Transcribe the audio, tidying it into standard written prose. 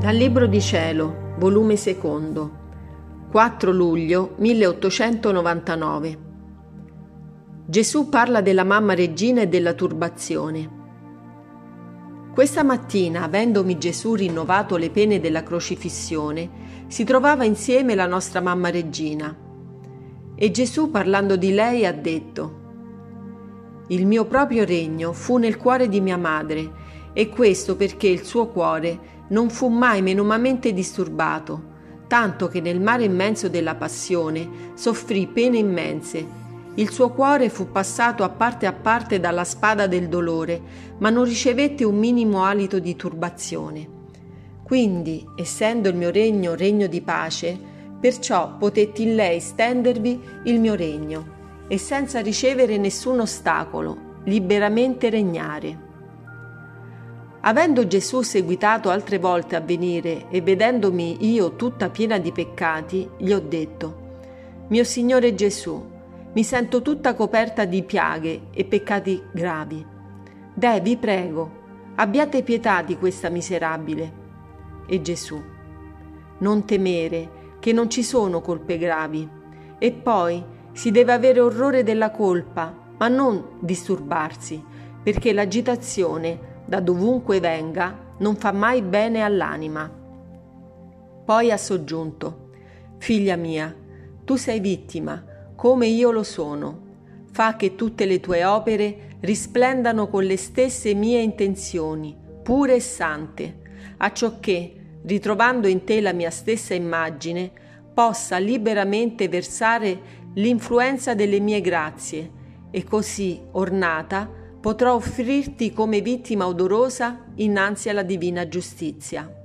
Dal Libro di Cielo, volume 2, 4 luglio 1899. Gesù parla della mamma regina e della turbazione. Questa mattina, avendomi Gesù rinnovato le pene della crocifissione, si trovava insieme la nostra mamma regina. E Gesù, parlando di lei, ha detto: «Il mio proprio regno fu nel cuore di mia madre, e questo perché il suo cuore non fu mai menomamente disturbato, tanto che nel mare immenso della passione soffrì pene immense. Il suo cuore fu passato a parte dalla spada del dolore, ma non ricevette un minimo alito di turbazione. Quindi, essendo il mio regno regno di pace, perciò potetti in lei stendervi il mio regno, e senza ricevere nessun ostacolo, liberamente regnare». Avendo Gesù seguitato altre volte a venire e vedendomi io tutta piena di peccati, gli ho detto: «Mio Signore Gesù, mi sento tutta coperta di piaghe e peccati gravi. Vi prego, abbiate pietà di questa miserabile». E Gesù: «Non temere, che non ci sono colpe gravi. E poi si deve avere orrore della colpa, ma non disturbarsi, perché l'agitazione, da dovunque venga, non fa mai bene all'anima». Poi ha soggiunto: «Figlia mia, tu sei vittima, come io lo sono. Fa che tutte le tue opere risplendano con le stesse mie intenzioni, pure e sante, acciocché, ritrovando in te la mia stessa immagine, possa liberamente versare l'influenza delle mie grazie, e così, ornata, potrò offrirti come vittima odorosa innanzi alla divina giustizia».